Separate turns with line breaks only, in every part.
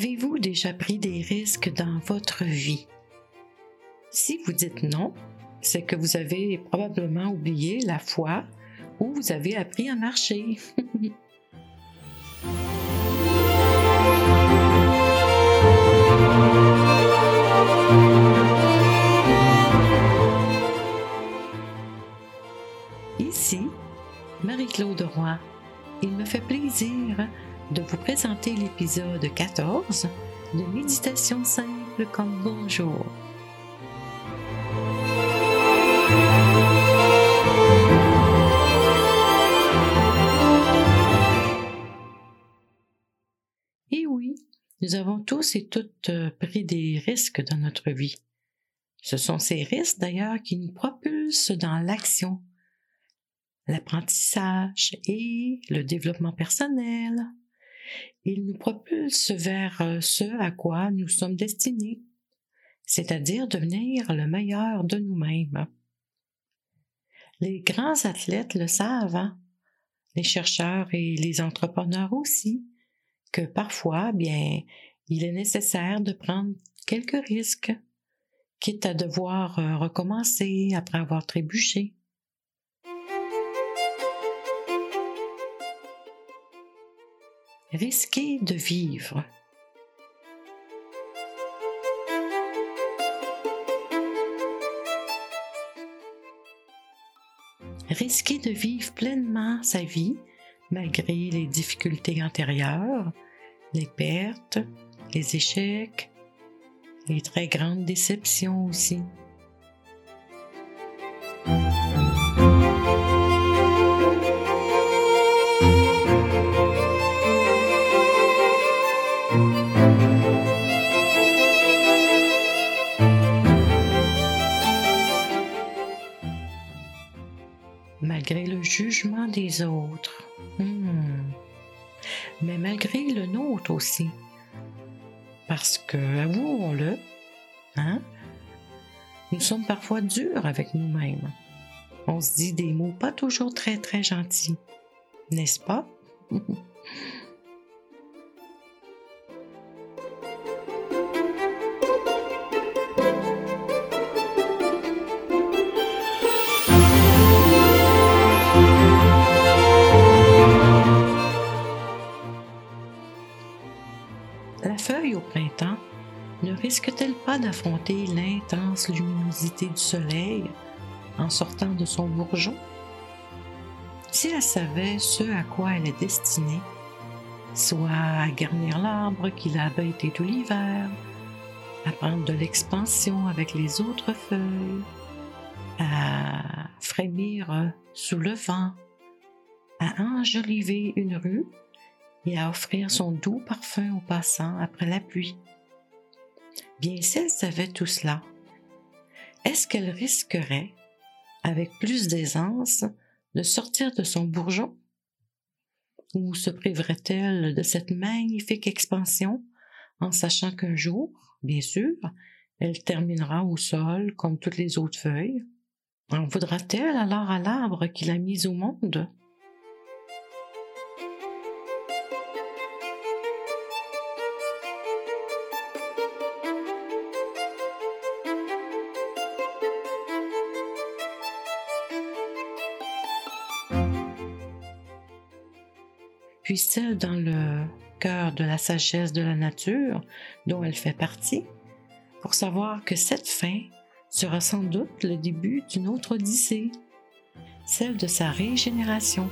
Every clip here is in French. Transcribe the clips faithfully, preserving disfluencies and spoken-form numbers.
Avez-vous déjà pris des risques dans votre vie? Si vous dites non, c'est que vous avez probablement oublié la fois où vous avez appris à marcher. Ici, Marie-Claude Roy. Il me fait plaisir de vous présenter l'épisode quatorze de Méditation simple comme bonjour. Et oui, nous avons tous et toutes pris des risques dans notre vie. Ce sont ces risques d'ailleurs qui nous propulsent dans l'action, l'apprentissage et le développement personnel. Ils nous propulsent vers ce à quoi nous sommes destinés, c'est-à-dire devenir le meilleur de nous-mêmes. Les grands athlètes le savent, hein? Les chercheurs et les entrepreneurs aussi, que parfois, bien, il est nécessaire de prendre quelques risques, quitte à devoir recommencer après avoir trébuché. Risquer de vivre. Risquer de vivre pleinement sa vie malgré les difficultés antérieures, les pertes, les échecs, les très grandes déceptions aussi. Malgré le jugement des autres, hmm. mais malgré le nôtre aussi, parce que, avouons-le, hein, nous sommes parfois durs avec nous-mêmes. On se dit des mots pas toujours très très gentils, n'est-ce pas? La feuille au printemps ne risque-t-elle pas d'affronter l'intense luminosité du soleil en sortant de son bourgeon? Si elle savait ce à quoi elle est destinée, soit à garnir l'arbre qui l'a abrité tout l'hiver, à prendre de l'expansion avec les autres feuilles, à frémir sous le vent, à enjoliver une rue et à offrir son doux parfum aux passants après la pluie. Bien, si elle savait tout cela, est-ce qu'elle risquerait, avec plus d'aisance, de sortir de son bourgeon? Ou se priverait-elle de cette magnifique expansion en sachant qu'un jour, bien sûr, elle terminera au sol comme toutes les autres feuilles? En voudra-t-elle alors à l'arbre qui l'a mise au monde? Puisse-t-elle, dans le cœur de la sagesse de la nature dont elle fait partie, pour savoir que cette fin sera sans doute le début d'une autre odyssée, celle de sa régénération.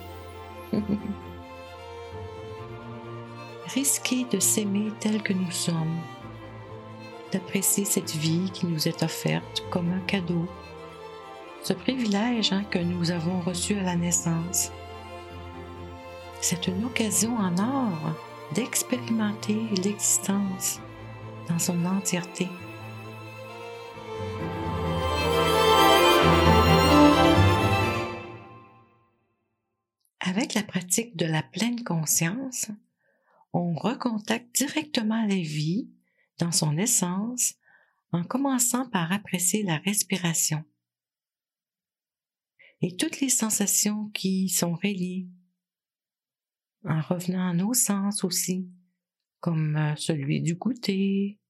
Risquer de s'aimer tel que nous sommes, d'apprécier cette vie qui nous est offerte comme un cadeau, ce privilège hein, que nous avons reçu à la naissance. C'est une occasion en or d'expérimenter l'existence dans son entièreté. Avec la pratique de la pleine conscience, on recontacte directement la vie dans son essence en commençant par apprécier la respiration et toutes les sensations qui y sont reliées, en revenant à nos sens aussi, comme euh, celui du goûter,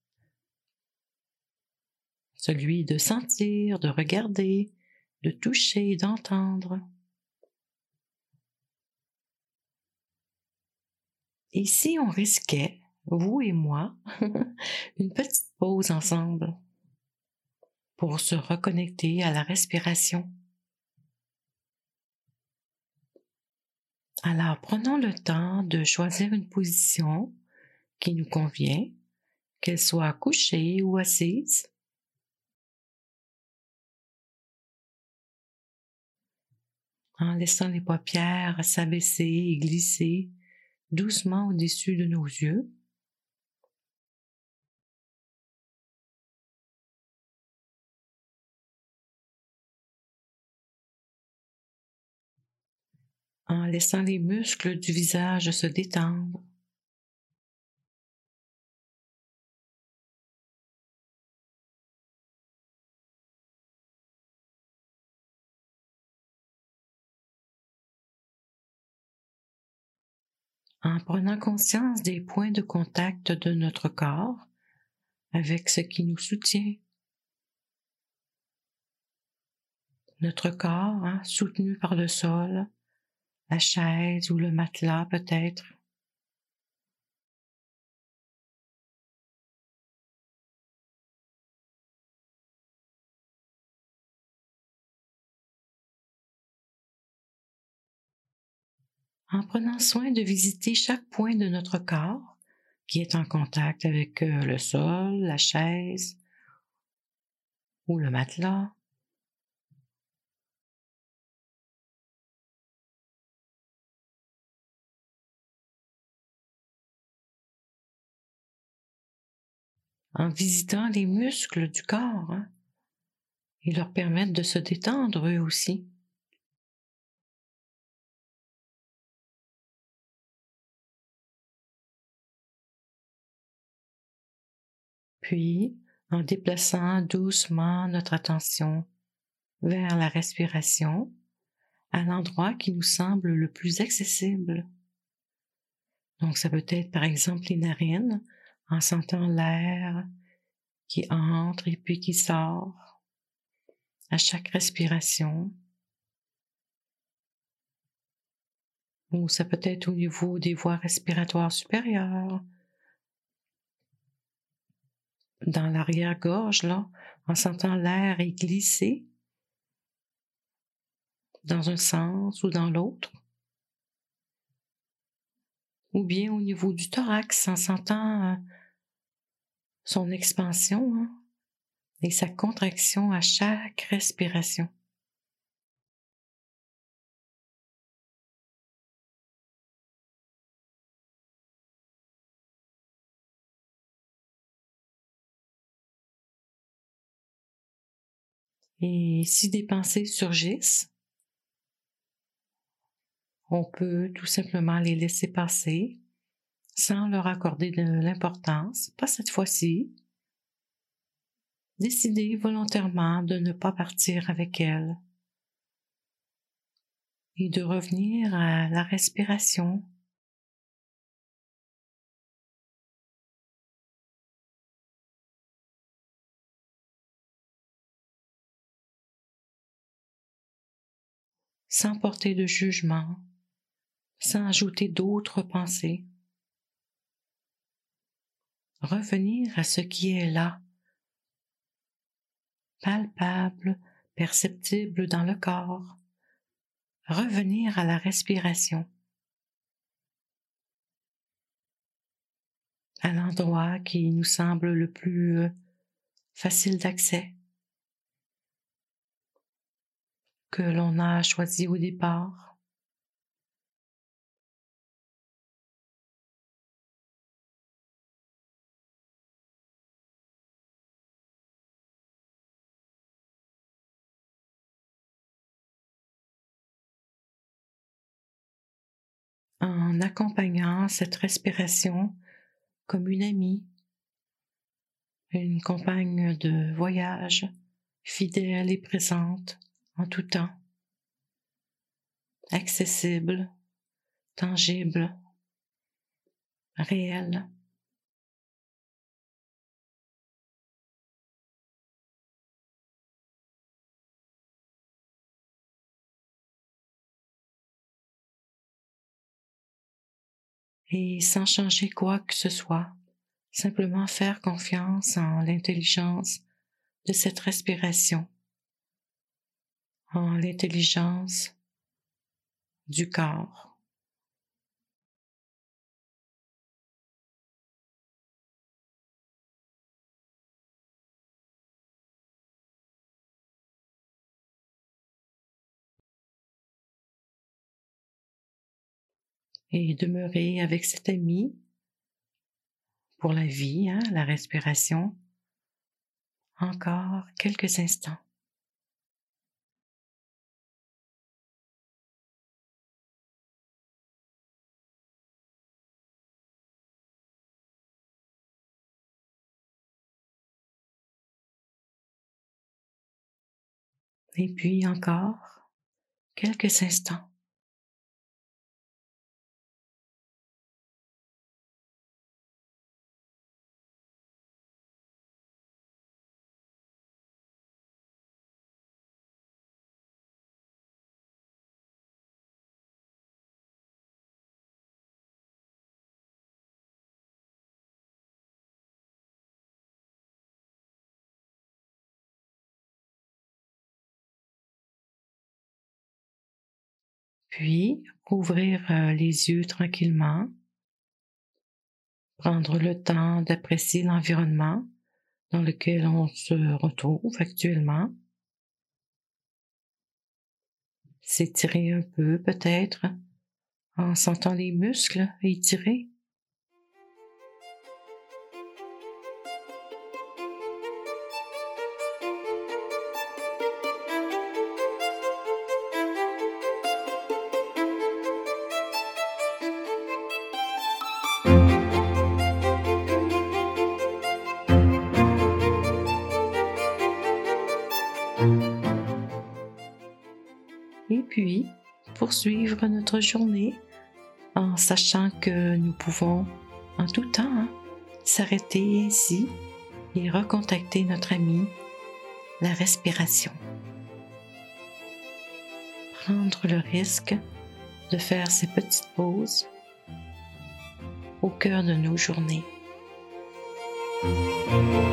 celui de sentir, de regarder, de toucher, d'entendre. Et si on risquait, vous et moi, une petite pause ensemble pour se reconnecter à la respiration? Alors, prenons le temps de choisir une position qui nous convient, qu'elle soit couchée ou assise. En laissant les paupières s'abaisser et glisser doucement au-dessus de nos yeux. En laissant les muscles du visage se détendre. En prenant conscience des points de contact de notre corps avec ce qui nous soutient. Notre corps, hein, soutenu par le sol, la chaise ou le matelas peut-être. En prenant soin de visiter chaque point de notre corps qui est en contact avec euh, le sol, la chaise ou le matelas. En visitant les muscles du corps, hein, et leur permettre de se détendre eux aussi. Puis, en déplaçant doucement notre attention vers la respiration, à l'endroit qui nous semble le plus accessible. Donc, ça peut être par exemple les narines, en sentant l'air qui entre et puis qui sort à chaque respiration. Ou ça peut être au niveau des voies respiratoires supérieures, dans l'arrière-gorge, là, en sentant l'air y glisser dans un sens ou dans l'autre. Ou bien au niveau du thorax, en sentant euh, son expansion, hein, et sa contraction à chaque respiration. Et si des pensées surgissent, on peut tout simplement les laisser passer sans leur accorder de l'importance, pas cette fois-ci. Décider volontairement de ne pas partir avec elles et de revenir à la respiration. Sans porter de jugement, sans ajouter d'autres pensées. Revenir à ce qui est là, palpable, perceptible dans le corps. Revenir à la respiration, à l'endroit qui nous semble le plus facile d'accès, que l'on a choisi au départ. En accompagnant cette respiration comme une amie, une compagne de voyage, fidèle et présente en tout temps, accessible, tangible, réelle. et sans changer quoi que ce soit, simplement faire confiance en l'intelligence de cette respiration, en l'intelligence du corps. Et demeurer avec cet ami pour la vie, hein, la respiration, encore quelques instants. Et puis encore quelques instants. Puis ouvrir euh, les yeux tranquillement, prendre le temps d'apprécier l'environnement dans lequel on se retrouve actuellement, s'étirer un peu peut-être en sentant les muscles étirés. Et puis, poursuivre notre journée en sachant que nous pouvons en tout temps hein, s'arrêter ici et recontacter notre ami, la respiration. Prendre le risque de faire ces petites pauses au cœur de nos journées.